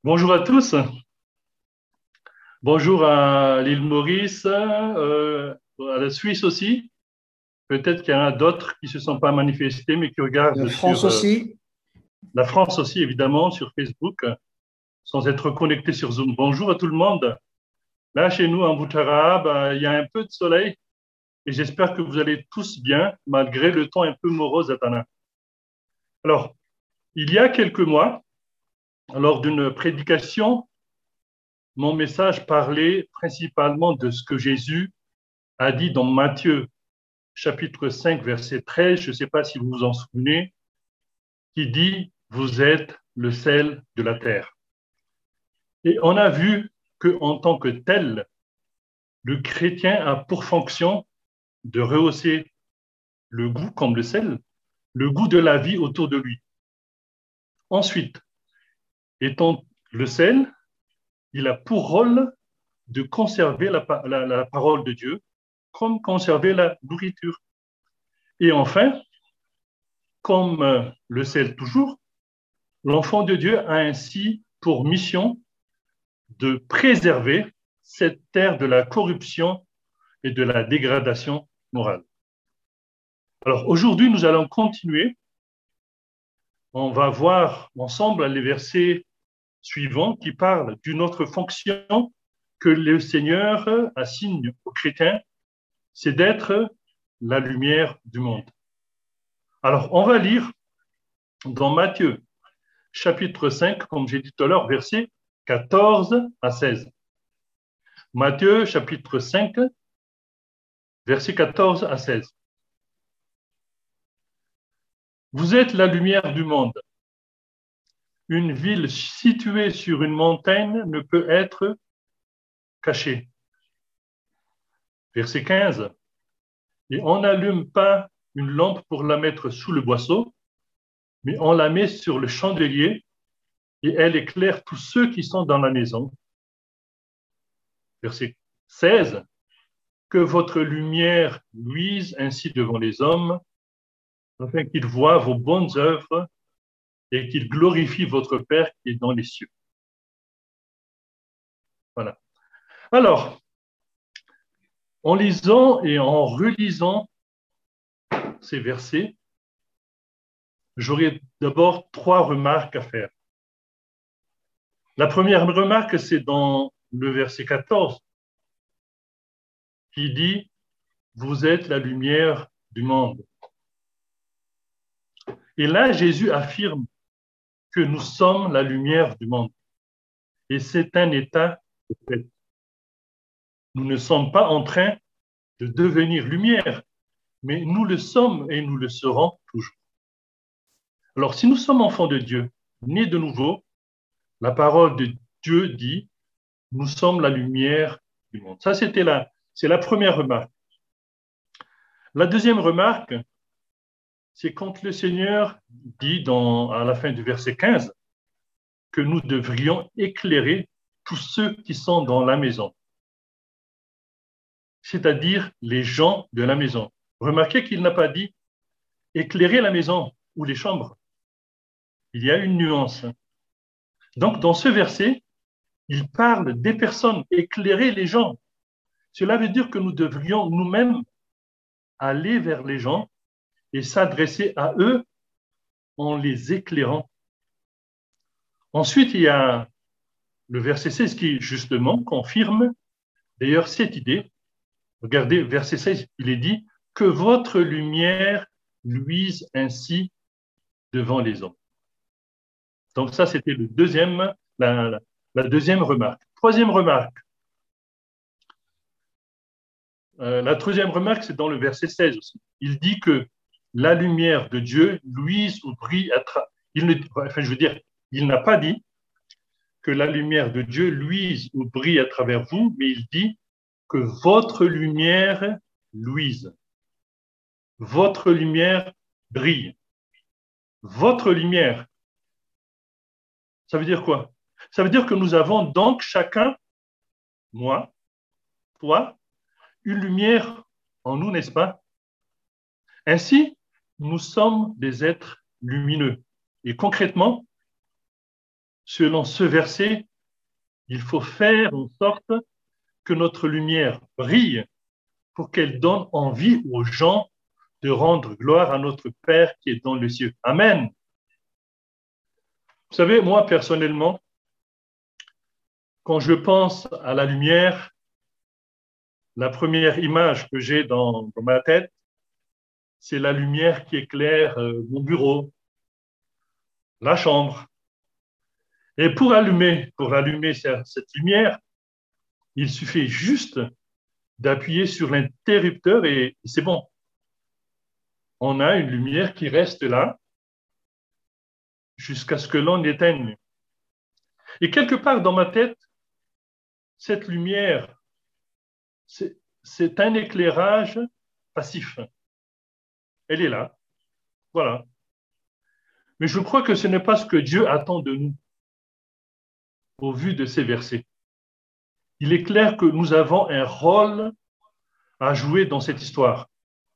Bonjour à tous. Bonjour à l'île Maurice, à la Suisse aussi. Peut-être qu'il y en a d'autres qui ne se sont pas manifestés, mais qui De regardent France sur aussi. la France aussi, évidemment, sur Facebook, sans être connectés sur Zoom. Bonjour à tout le monde. Là, chez nous, en Boutarabe, il y a un peu de soleil et j'espère que vous allez tous bien, malgré le temps un peu morose à Tana. Alors, il y a quelques mois, lors d'une prédication, mon message parlait principalement de ce que Jésus a dit dans Matthieu chapitre 5, verset 13, je ne sais pas si vous vous en souvenez, qui dit « Vous êtes le sel de la terre ». Et on a vu qu'en tant que tel, le chrétien a pour fonction de rehausser le goût, comme le sel, le goût de la vie autour de lui. Ensuite, étant le sel, il a pour rôle de conserver la parole de Dieu, comme conserver la nourriture. Et enfin, comme le sel toujours, l'enfant de Dieu a ainsi pour mission de préserver cette terre de la corruption et de la dégradation morale. Alors aujourd'hui, nous allons continuer. On va voir ensemble les versets suivants qui parlent d'une autre fonction que le Seigneur assigne aux chrétiens, c'est d'être la lumière du monde. Alors, on va lire dans Matthieu, chapitre 5, comme j'ai dit tout à l'heure, versets 14 à 16. Matthieu, chapitre 5, versets 14 à 16. Vous êtes la lumière du monde. Une ville située sur une montagne ne peut être cachée. Verset 15. Et on n'allume pas une lampe pour la mettre sous le boisseau, mais on la met sur le chandelier et elle éclaire tous ceux qui sont dans la maison. Verset 16. Que votre lumière luise ainsi devant les hommes, afin qu'ils voient vos bonnes œuvres et qu'ils glorifient votre Père qui est dans les cieux. Voilà. Alors, en lisant et en relisant ces versets, j'aurais d'abord trois remarques à faire. La première remarque, c'est dans le verset 14, qui dit « Vous êtes la lumière du monde ». Et là, Jésus affirme que nous sommes la lumière du monde. Et c'est un état de fait. Nous ne sommes pas en train de devenir lumière, mais nous le sommes et nous le serons toujours. Alors, si nous sommes enfants de Dieu, nés de nouveau, la parole de Dieu dit, nous sommes la lumière du monde. Ça, c'est la première remarque. La deuxième remarque, c'est quand le Seigneur dit à la fin du verset 15 que nous devrions éclairer tous ceux qui sont dans la maison, c'est-à-dire les gens de la maison. Remarquez qu'il n'a pas dit éclairer la maison ou les chambres. Il y a une nuance. Donc, dans ce verset, il parle des personnes, éclairer les gens. Cela veut dire que nous devrions nous-mêmes aller vers les gens et s'adresser à eux en les éclairant. Ensuite, il y a le verset 16 qui, justement, confirme d'ailleurs cette idée. Regardez, verset 16, il est dit « Que votre lumière luise ainsi devant les hommes ». Donc ça, c'était la deuxième remarque. Troisième remarque. La troisième remarque, c'est dans le verset 16 aussi. Il dit que la lumière de Dieu luise ou brille à travers. Il n'a pas dit que la lumière de Dieu luise ou brille à travers vous, mais il dit que votre lumière luise. Votre lumière brille. Votre lumière. Ça veut dire quoi? Ça veut dire que nous avons donc chacun, moi, toi, une lumière en nous, n'est-ce pas? Ainsi, nous sommes des êtres lumineux. Et concrètement, selon ce verset, il faut faire en sorte que notre lumière brille pour qu'elle donne envie aux gens de rendre gloire à notre Père qui est dans les cieux. Amen. Vous savez, moi, personnellement, quand je pense à la lumière, la première image que j'ai dans ma tête, c'est la lumière qui éclaire mon bureau, la chambre. Et pour allumer cette lumière, il suffit juste d'appuyer sur l'interrupteur et c'est bon. On a une lumière qui reste là jusqu'à ce que l'on éteigne. Et quelque part dans ma tête, cette lumière, c'est un éclairage passif. Elle est là, voilà. Mais je crois que ce n'est pas ce que Dieu attend de nous au vu de ces versets. Il est clair que nous avons un rôle à jouer dans cette histoire.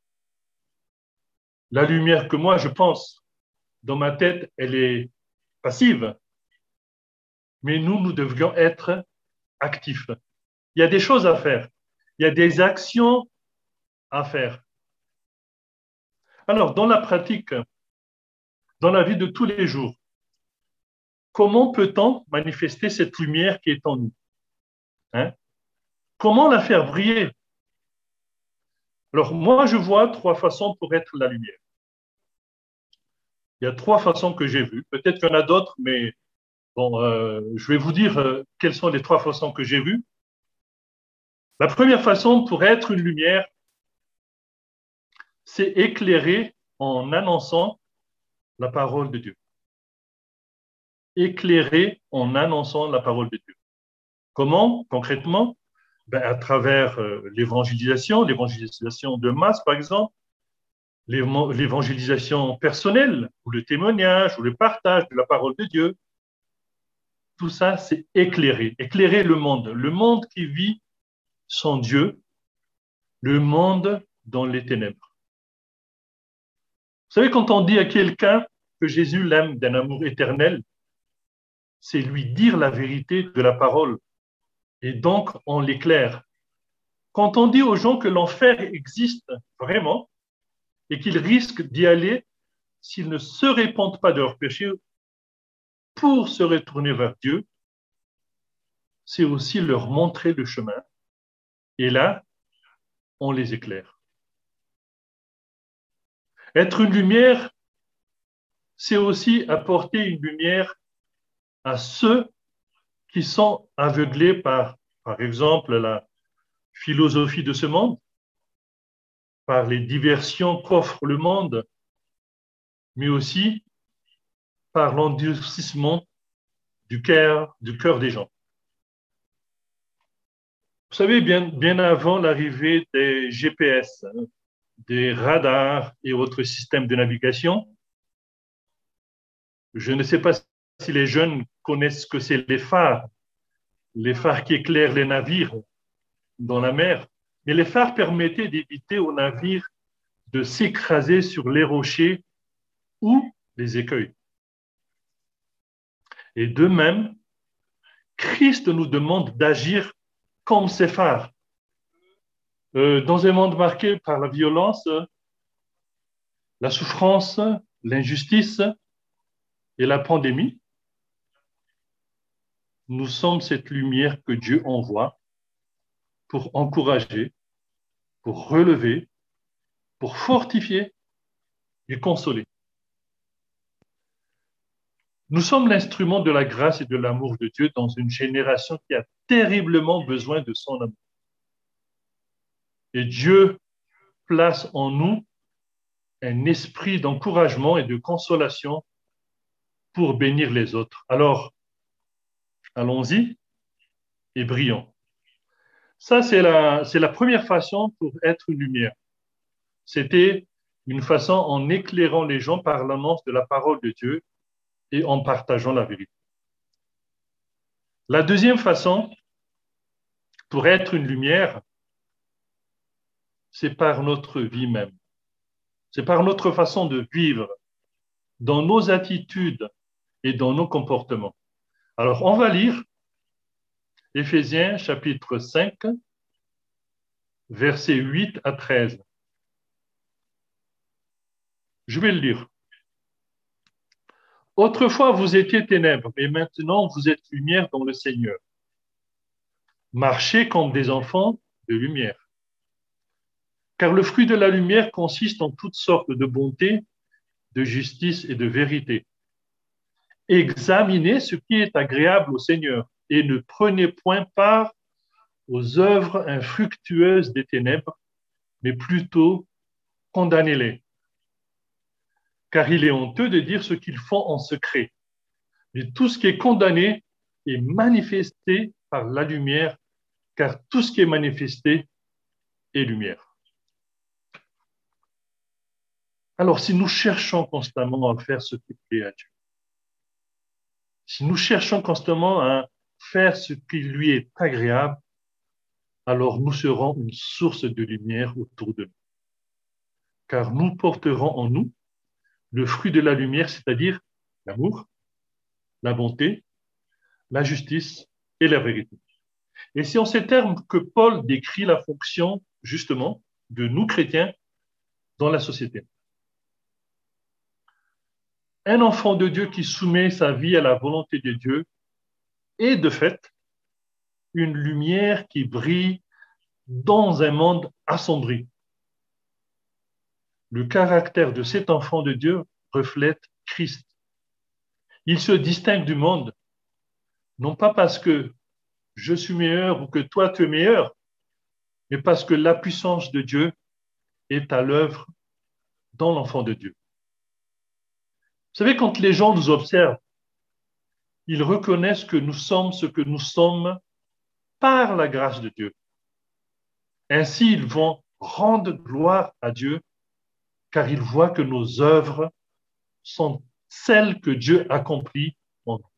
La lumière que moi, je pense, dans ma tête, elle est passive. Mais nous devrions être actifs. Il y a des choses à faire. Il y a des actions à faire. Alors, dans la pratique, dans la vie de tous les jours, comment peut-on manifester cette lumière qui est en nous? Comment la faire briller? Alors, moi, je vois 3 façons pour être la lumière. Il y a 3 façons que j'ai vues. Peut-être qu'il y en a d'autres, mais bon, je vais vous dire quelles sont les 3 façons que j'ai vues. La première façon pour être une lumière, c'est éclairer en annonçant la parole de Dieu. Éclairer en annonçant la parole de Dieu. Comment, concrètement? À travers l'évangélisation de masse, par exemple, l'évangélisation personnelle, ou le témoignage, ou le partage de la parole de Dieu. Tout ça, c'est éclairer le monde qui vit sans Dieu, le monde dans les ténèbres. Vous savez, quand on dit à quelqu'un que Jésus l'aime d'un amour éternel, c'est lui dire la vérité de la parole. Et donc, on l'éclaire. Quand on dit aux gens que l'enfer existe vraiment et qu'ils risquent d'y aller s'ils ne se répandent pas de leurs péchés pour se retourner vers Dieu, c'est aussi leur montrer le chemin. Et là, on les éclaire. Être une lumière, c'est aussi apporter une lumière à ceux qui sont aveuglés par exemple, la philosophie de ce monde, par les diversions qu'offre le monde, mais aussi par l'endurcissement du cœur des gens. Vous savez, bien avant l'arrivée des GPS, des radars et autres systèmes de navigation, je ne sais pas si les jeunes connaissent ce que c'est les phares qui éclairent les navires dans la mer. Mais les phares permettaient d'éviter aux navires de s'écraser sur les rochers ou les écueils. Et de même, Christ nous demande d'agir comme ces phares. Dans un monde marqué par la violence, la souffrance, l'injustice et la pandémie, nous sommes cette lumière que Dieu envoie pour encourager, pour relever, pour fortifier et consoler. Nous sommes l'instrument de la grâce et de l'amour de Dieu dans une génération qui a terriblement besoin de son amour. Et Dieu place en nous un esprit d'encouragement et de consolation pour bénir les autres. Alors, allons-y et brillons. Ça, c'est la première façon pour être une lumière. C'était une façon en éclairant les gens par l'annonce de la parole de Dieu et en partageant la vérité. La deuxième façon pour être une lumière, c'est par notre vie même. C'est par notre façon de vivre, dans nos attitudes et dans nos comportements. Alors, on va lire Éphésiens chapitre 5, versets 8 à 13. Je vais le lire. Autrefois, vous étiez ténèbres, mais maintenant, vous êtes lumière dans le Seigneur. Marchez comme des enfants de lumière. Car le fruit de la lumière consiste en toutes sortes de bonté, de justice et de vérité. Examinez ce qui est agréable au Seigneur et ne prenez point part aux œuvres infructueuses des ténèbres, mais plutôt condamnez-les. Car il est honteux de dire ce qu'ils font en secret. Mais tout ce qui est condamné est manifesté par la lumière, car tout ce qui est manifesté est lumière. Alors, si nous cherchons constamment à faire ce qui plaît à Dieu, si nous cherchons constamment à faire ce qui lui est agréable, alors nous serons une source de lumière autour de nous. Car nous porterons en nous le fruit de la lumière, c'est-à-dire l'amour, la bonté, la justice et la vérité. Et c'est en ces termes que Paul décrit la fonction, justement, de nous chrétiens dans la société. Un enfant de Dieu qui soumet sa vie à la volonté de Dieu est de fait une lumière qui brille dans un monde assombri. Le caractère de cet enfant de Dieu reflète Christ. Il se distingue du monde, non pas parce que je suis meilleur ou que toi tu es meilleur, mais parce que la puissance de Dieu est à l'œuvre dans l'enfant de Dieu. Vous savez, quand les gens nous observent, ils reconnaissent que nous sommes ce que nous sommes par la grâce de Dieu. Ainsi, ils vont rendre gloire à Dieu, car ils voient que nos œuvres sont celles que Dieu accomplit en nous.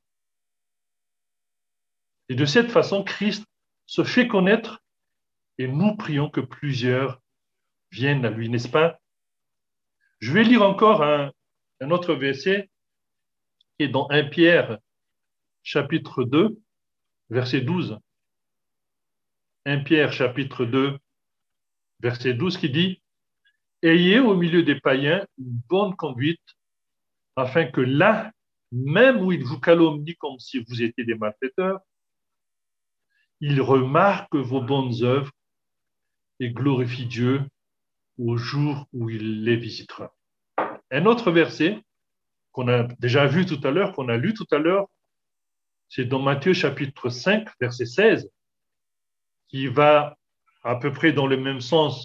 Et de cette façon, Christ se fait connaître et nous prions que plusieurs viennent à lui, n'est-ce pas? Je vais lire encore un autre verset qui est dans 1 Pierre, chapitre 2, verset 12. 1 Pierre, chapitre 2, verset 12, qui dit « Ayez au milieu des païens une bonne conduite, afin que là, même où ils vous calomnient comme si vous étiez des malfaiteurs, ils remarquent vos bonnes œuvres et glorifient Dieu au jour où il les visitera. » Un autre verset qu'on a déjà vu tout à l'heure, qu'on a lu tout à l'heure, c'est dans Matthieu chapitre 5, verset 16, qui va à peu près dans le même sens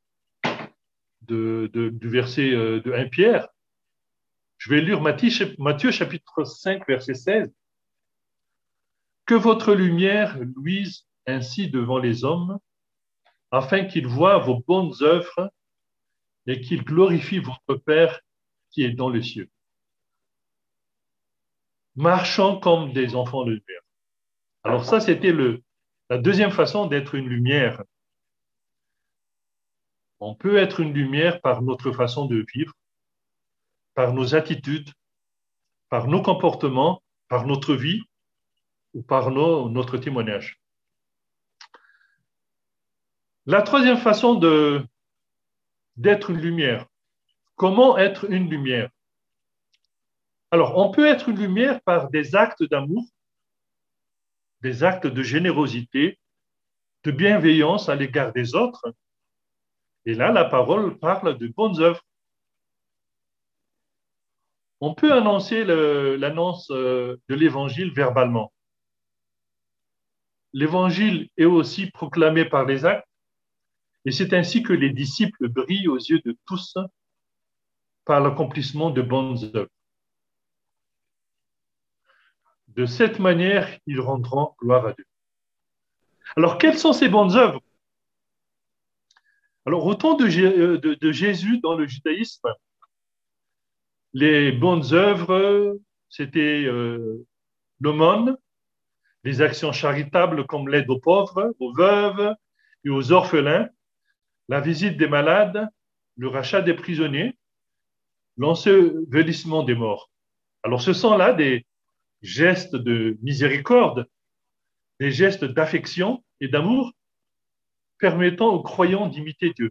du verset de 1 Pierre. Je vais lire Matthieu chapitre 5, verset 16. Que votre lumière luise ainsi devant les hommes, afin qu'ils voient vos bonnes œuvres et qu'ils glorifient votre Père qui est dans les cieux. Marchons comme des enfants de lumière. Alors ça, c'était la deuxième façon d'être une lumière. On peut être une lumière par notre façon de vivre, par nos attitudes, par nos comportements, par notre vie ou par notre témoignage. La troisième façon d'être une lumière. Comment être une lumière? Alors, on peut être une lumière par des actes d'amour, des actes de générosité, de bienveillance à l'égard des autres. Et là, la parole parle de bonnes œuvres. On peut annoncer l'annonce de l'évangile verbalement. L'évangile est aussi proclamé par les actes, et c'est ainsi que les disciples brillent aux yeux de tous par l'accomplissement de bonnes œuvres. De cette manière, ils rendront gloire à Dieu. Alors, quelles sont ces bonnes œuvres? Alors, au temps de Jésus dans le judaïsme, les bonnes œuvres, c'était l'aumône, les actions charitables comme l'aide aux pauvres, aux veuves et aux orphelins, la visite des malades, le rachat des prisonniers, l'ensevelissement des morts. Alors, ce sont là des gestes de miséricorde, des gestes d'affection et d'amour permettant aux croyants d'imiter Dieu.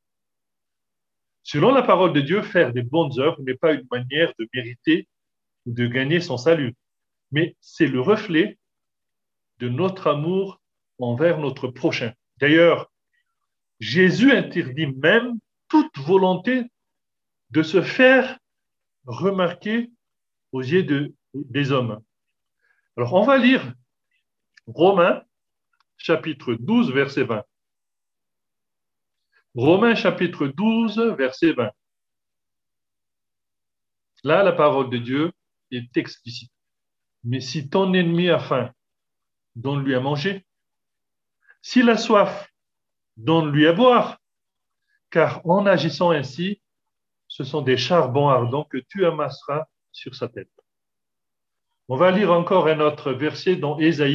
Selon la parole de Dieu, faire des bonnes œuvres n'est pas une manière de mériter ou de gagner son salut, mais c'est le reflet de notre amour envers notre prochain. D'ailleurs, Jésus interdit même toute volonté de se faire remarquer aux yeux des hommes. Alors, on va lire Romains, chapitre 12, verset 20. Romains, chapitre 12, verset 20. Là, la parole de Dieu est explicite. Mais si ton ennemi a faim, donne-lui à manger. S'il a soif, donne-lui à boire. Car en agissant ainsi, ce sont des charbons ardents que tu amasseras sur sa tête. On va lire encore un autre verset dans Ésaïe,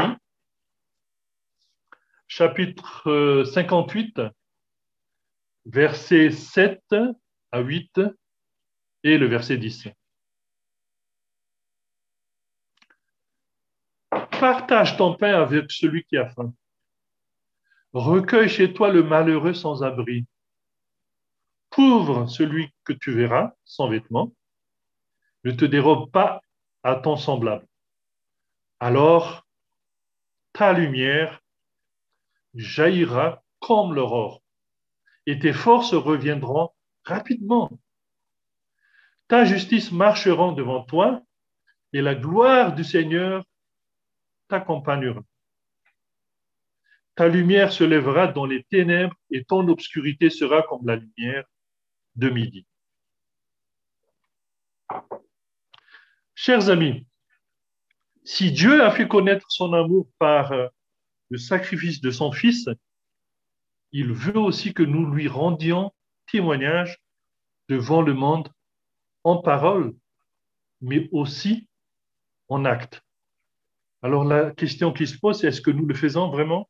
chapitre 58, versets 7 à 8 et le verset 10. Partage ton pain avec celui qui a faim. Recueille chez toi le malheureux sans abri. Couvre celui que tu verras sans vêtements. Ne te dérobe pas à ton semblable. Alors, ta lumière jaillira comme l'aurore et tes forces reviendront rapidement. Ta justice marchera devant toi et la gloire du Seigneur t'accompagnera. Ta lumière se lèvera dans les ténèbres et ton obscurité sera comme la lumière de midi. Chers amis, si Dieu a fait connaître son amour par le sacrifice de son Fils, il veut aussi que nous lui rendions témoignage devant le monde en parole, mais aussi en acte. Alors la question qui se pose, c'est est-ce que nous le faisons vraiment?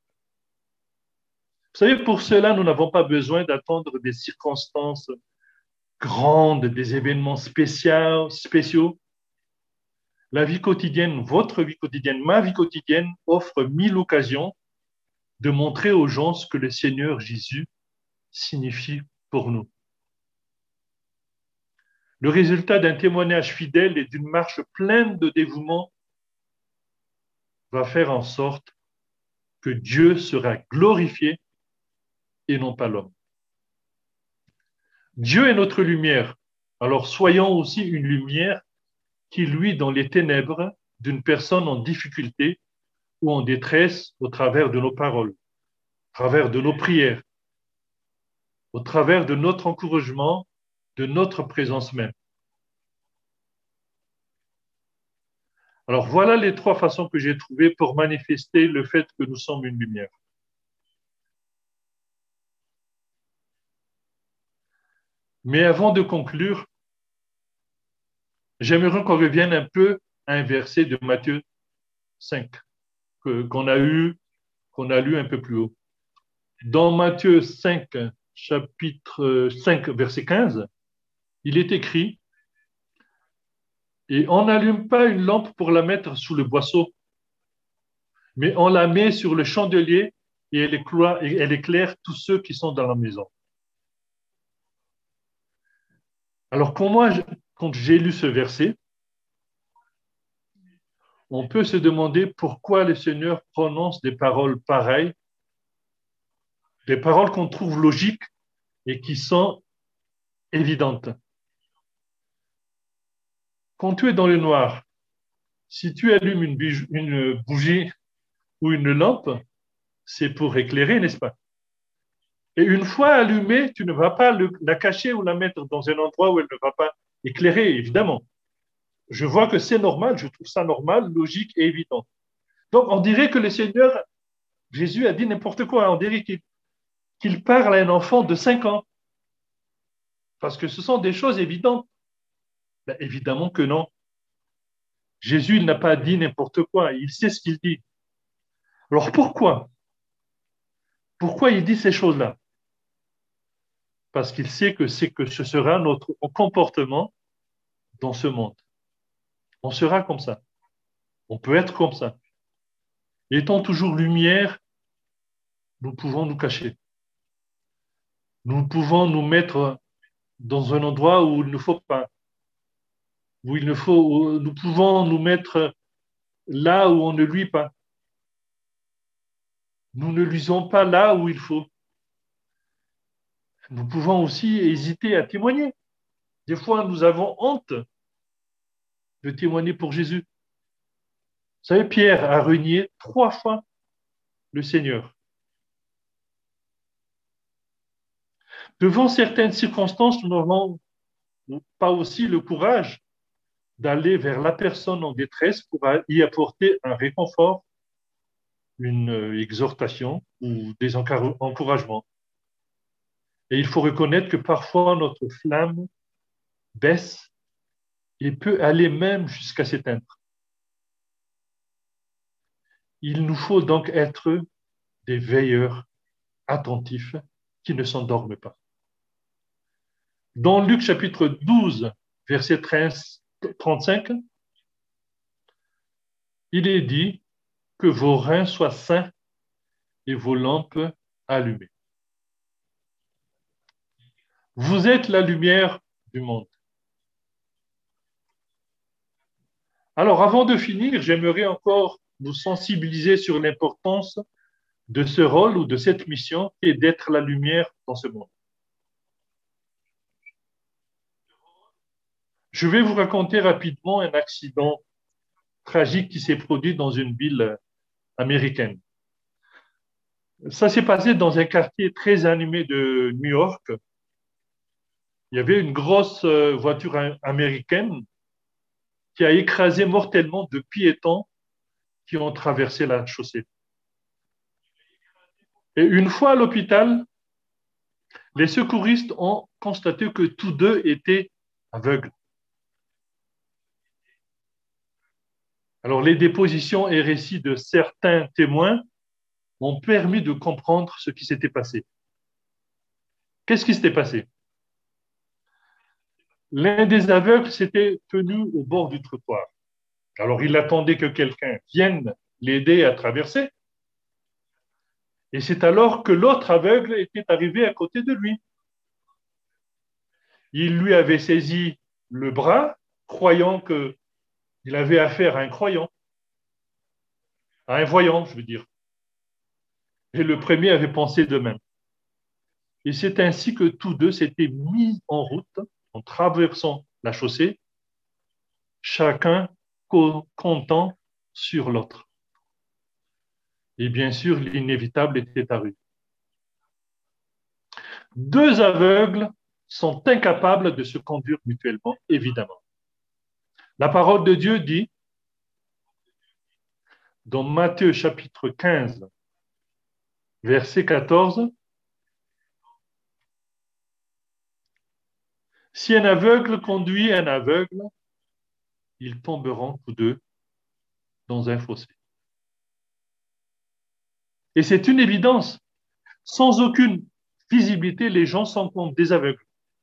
Vous savez, pour cela, nous n'avons pas besoin d'attendre des circonstances grandes, des événements spéciaux. La vie quotidienne, votre vie quotidienne, ma vie quotidienne offre 1000 occasions de montrer aux gens ce que le Seigneur Jésus signifie pour nous. Le résultat d'un témoignage fidèle et d'une marche pleine de dévouement va faire en sorte que Dieu sera glorifié et non pas l'homme. Dieu est notre lumière, alors soyons aussi une lumière qui luit dans les ténèbres d'une personne en difficulté ou en détresse au travers de nos paroles, au travers de nos prières, au travers de notre encouragement, de notre présence même. Alors voilà les 3 façons que j'ai trouvées pour manifester le fait que nous sommes une lumière. Mais avant de conclure, j'aimerais qu'on revienne un peu à un verset de Matthieu 5 qu'on a lu un peu plus haut. Dans Matthieu 5, chapitre 5, verset 15, il est écrit « Et on n'allume pas une lampe pour la mettre sous le boisseau, mais on la met sur le chandelier et elle éclaire tous ceux qui sont dans la maison. » Alors, quand j'ai lu ce verset, on peut se demander pourquoi le Seigneur prononce des paroles pareilles, des paroles qu'on trouve logiques et qui sont évidentes. Quand tu es dans le noir, si tu allumes une bougie ou une lampe, c'est pour éclairer, n'est-ce pas? Et une fois allumée, tu ne vas pas la cacher ou la mettre dans un endroit où elle ne va pas éclairer, évidemment. Je vois que c'est normal, je trouve ça normal, logique et évident. Donc, on dirait que le Seigneur, Jésus a dit n'importe quoi. On dirait qu'il parle à un enfant de 5 ans. Parce que ce sont des choses évidentes. Ben, évidemment que non. Jésus, il n'a pas dit n'importe quoi. Il sait ce qu'il dit. Alors, pourquoi? Pourquoi il dit ces choses-là? Parce qu'il sait que ce sera notre comportement dans ce monde. On sera comme ça. On peut être comme ça. Étant toujours lumière, nous pouvons nous cacher. Nous pouvons nous mettre dans un endroit où il ne faut pas, où nous pouvons nous mettre là où on ne luit pas. Nous ne luisons pas là où il faut. Nous pouvons aussi hésiter à témoigner. Des fois, nous avons honte de témoigner pour Jésus. Vous savez, Pierre a renié 3 fois le Seigneur. Devant certaines circonstances, nous n'avons pas aussi le courage d'aller vers la personne en détresse pour y apporter un réconfort, une exhortation ou des encouragements. Et il faut reconnaître que parfois notre flamme baisse et peut aller même jusqu'à s'éteindre. Il nous faut donc être des veilleurs attentifs qui ne s'endorment pas. Dans Luc chapitre 12, verset 35, il est dit que vos reins soient sains et vos lampes allumées. Vous êtes la lumière du monde. Alors, avant de finir, j'aimerais encore vous sensibiliser sur l'importance de ce rôle ou de cette mission qui est d'être la lumière dans ce monde. Je vais vous raconter rapidement un accident tragique qui s'est produit dans une ville américaine. Ça s'est passé dans un quartier très animé de New York. Il y avait une grosse voiture américaine qui a écrasé mortellement de piétons qui ont traversé la chaussée. Et une fois à l'hôpital, les secouristes ont constaté que tous deux étaient aveugles. Alors, les dépositions et récits de certains témoins m'ont permis de comprendre ce qui s'était passé. Qu'est-ce qui s'était passé? L'un des aveugles s'était tenu au bord du trottoir. Alors, il attendait que quelqu'un vienne l'aider à traverser. Et c'est alors que l'autre aveugle était arrivé à côté de lui. Il lui avait saisi le bras, croyant qu'il avait affaire à un croyant, à un voyant, je veux dire. Et le premier avait pensé de même. Et c'est ainsi que tous deux s'étaient mis en route en traversant la chaussée, chacun comptant sur l'autre. Et bien sûr, l'inévitable était arrivé. Deux aveugles sont incapables de se conduire mutuellement, évidemment. La parole de Dieu dit, dans Matthieu chapitre 15, verset 14, si un aveugle conduit un aveugle, ils tomberont tous deux dans un fossé. Et c'est une évidence. Sans aucune visibilité, les gens s'en comptent des aveugles.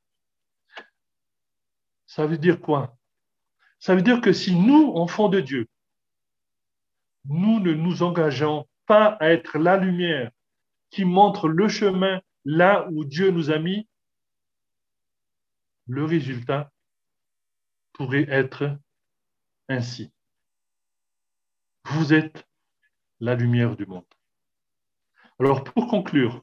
Ça veut dire quoi? Ça veut dire que si nous, enfants de Dieu, nous ne nous engageons pas à être la lumière qui montre le chemin là où Dieu nous a mis, le résultat pourrait être ainsi. Vous êtes la lumière du monde. Alors, pour conclure,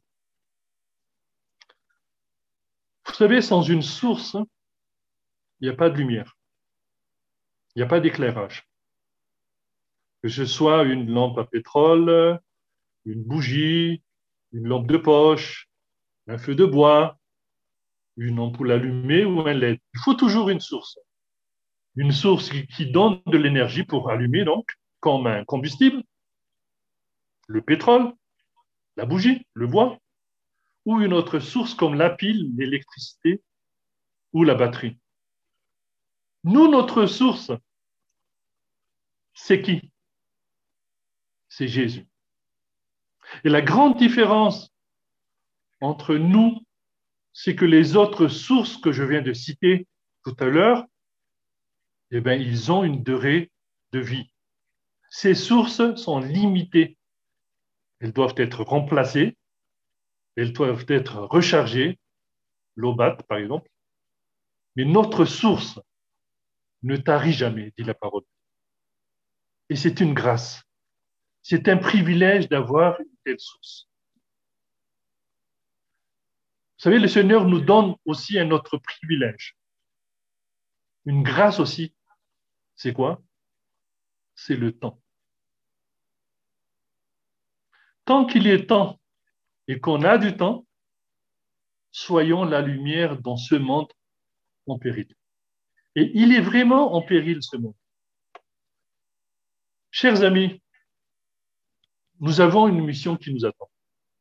vous savez, sans une source, il n'y a pas de lumière. Il n'y a pas d'éclairage. Que ce soit une lampe à pétrole, une bougie, une lampe de poche, un feu de bois, une ampoule allumée ou un LED. Il faut toujours une source. Une source qui donne de l'énergie pour allumer, donc, comme un combustible, le pétrole, la bougie, le bois, ou une autre source comme la pile, l'électricité ou la batterie. Nous, notre source, c'est qui? C'est Jésus. Et la grande différence entre nous, c'est que les autres sources que je viens de citer tout à l'heure, eh bien, ils ont une durée de vie. Ces sources sont limitées. Elles doivent être remplacées, elles doivent être rechargées, l'eau batte par exemple. Mais notre source ne tarit jamais, dit la parole. Et c'est une grâce. C'est un privilège d'avoir une telle source. Vous savez, le Seigneur nous donne aussi un autre privilège. Une grâce aussi. C'est quoi? C'est le temps. Tant qu'il est temps et qu'on a du temps, soyons la lumière dans ce monde en péril. Et il est vraiment en péril, ce monde. Chers amis, nous avons une mission qui nous attend.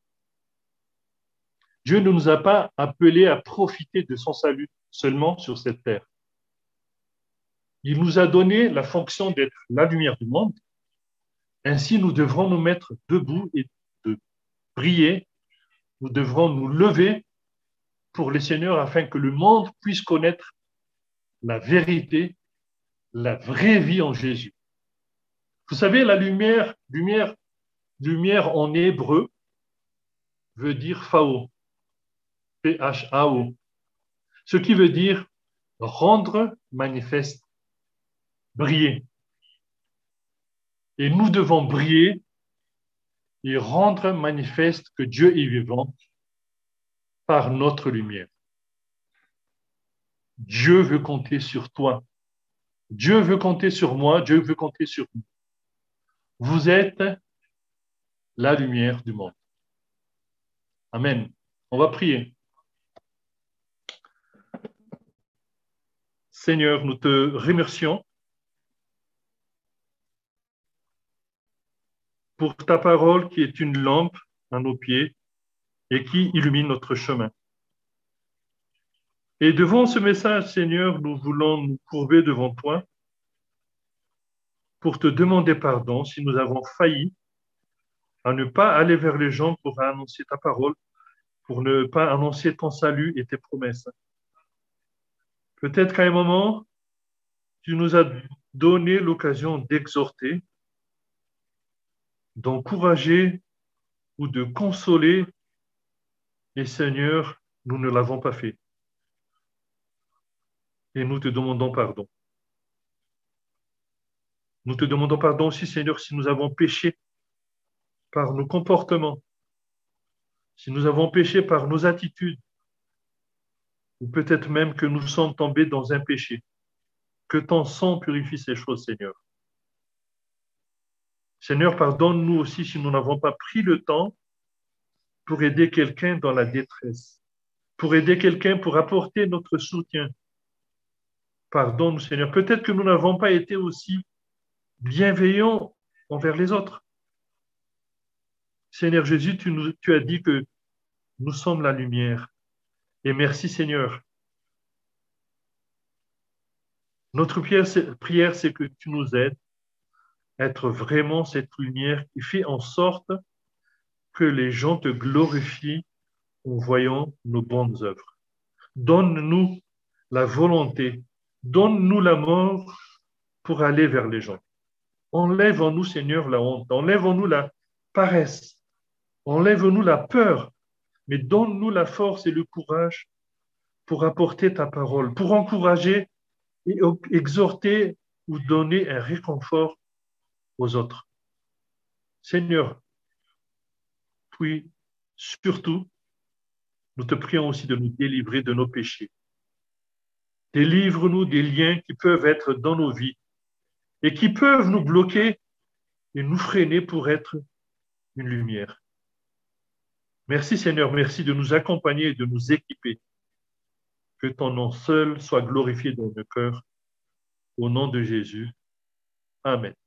Dieu ne nous a pas appelés à profiter de son salut seulement sur cette terre. Il nous a donné la fonction d'être la lumière du monde. Ainsi, nous devrons nous mettre debout et de prier. Nous devrons nous lever pour le Seigneur afin que le monde puisse connaître la vérité, la vraie vie en Jésus. Vous savez, la lumière en hébreu veut dire phao, P-H-A-O, ce qui veut dire rendre manifeste, briller. Et nous devons briller et rendre manifeste que Dieu est vivant par notre lumière. Dieu veut compter sur toi. Dieu veut compter sur moi. Dieu veut compter sur nous. Vous êtes la lumière du monde. Amen. On va prier. Seigneur, nous te remercions pour ta parole qui est une lampe à nos pieds et qui illumine notre chemin. Et devant ce message, Seigneur, nous voulons nous courber devant toi pour te demander pardon si nous avons failli à ne pas aller vers les gens pour annoncer ta parole, pour ne pas annoncer ton salut et tes promesses. Peut-être qu'à un moment, tu nous as donné l'occasion d'exhorter, d'encourager ou de consoler, et Seigneur, nous ne l'avons pas fait. Et nous te demandons pardon. Nous te demandons pardon aussi, Seigneur, si nous avons péché par nos comportements, si nous avons péché par nos attitudes, ou peut-être même que nous sommes tombés dans un péché. Que ton sang purifie ces choses, Seigneur. Seigneur, pardonne-nous aussi si nous n'avons pas pris le temps pour aider quelqu'un dans la détresse, pour aider quelqu'un, pour apporter notre soutien. Pardonne-nous, Seigneur. Peut-être que nous n'avons pas été aussi bienveillants envers les autres. Seigneur Jésus, tu as dit que nous sommes la lumière. Et merci, Seigneur. Notre prière, c'est que tu nous aides à être vraiment cette lumière qui fait en sorte que les gens te glorifient en voyant nos bonnes œuvres. Donne-nous la volonté, donne-nous la mort pour aller vers les gens. Enlève en nous, Seigneur, la honte, enlève en nous la paresse, enlève-nous la peur, mais donne-nous la force et le courage pour apporter ta parole, pour encourager et exhorter ou donner un réconfort aux autres. Seigneur, puis surtout, nous te prions aussi de nous délivrer de nos péchés. Délivre-nous des liens qui peuvent être dans nos vies et qui peuvent nous bloquer et nous freiner pour être une lumière. Merci Seigneur, merci de nous accompagner et de nous équiper. Que ton nom seul soit glorifié dans nos cœurs. Au nom de Jésus. Amen.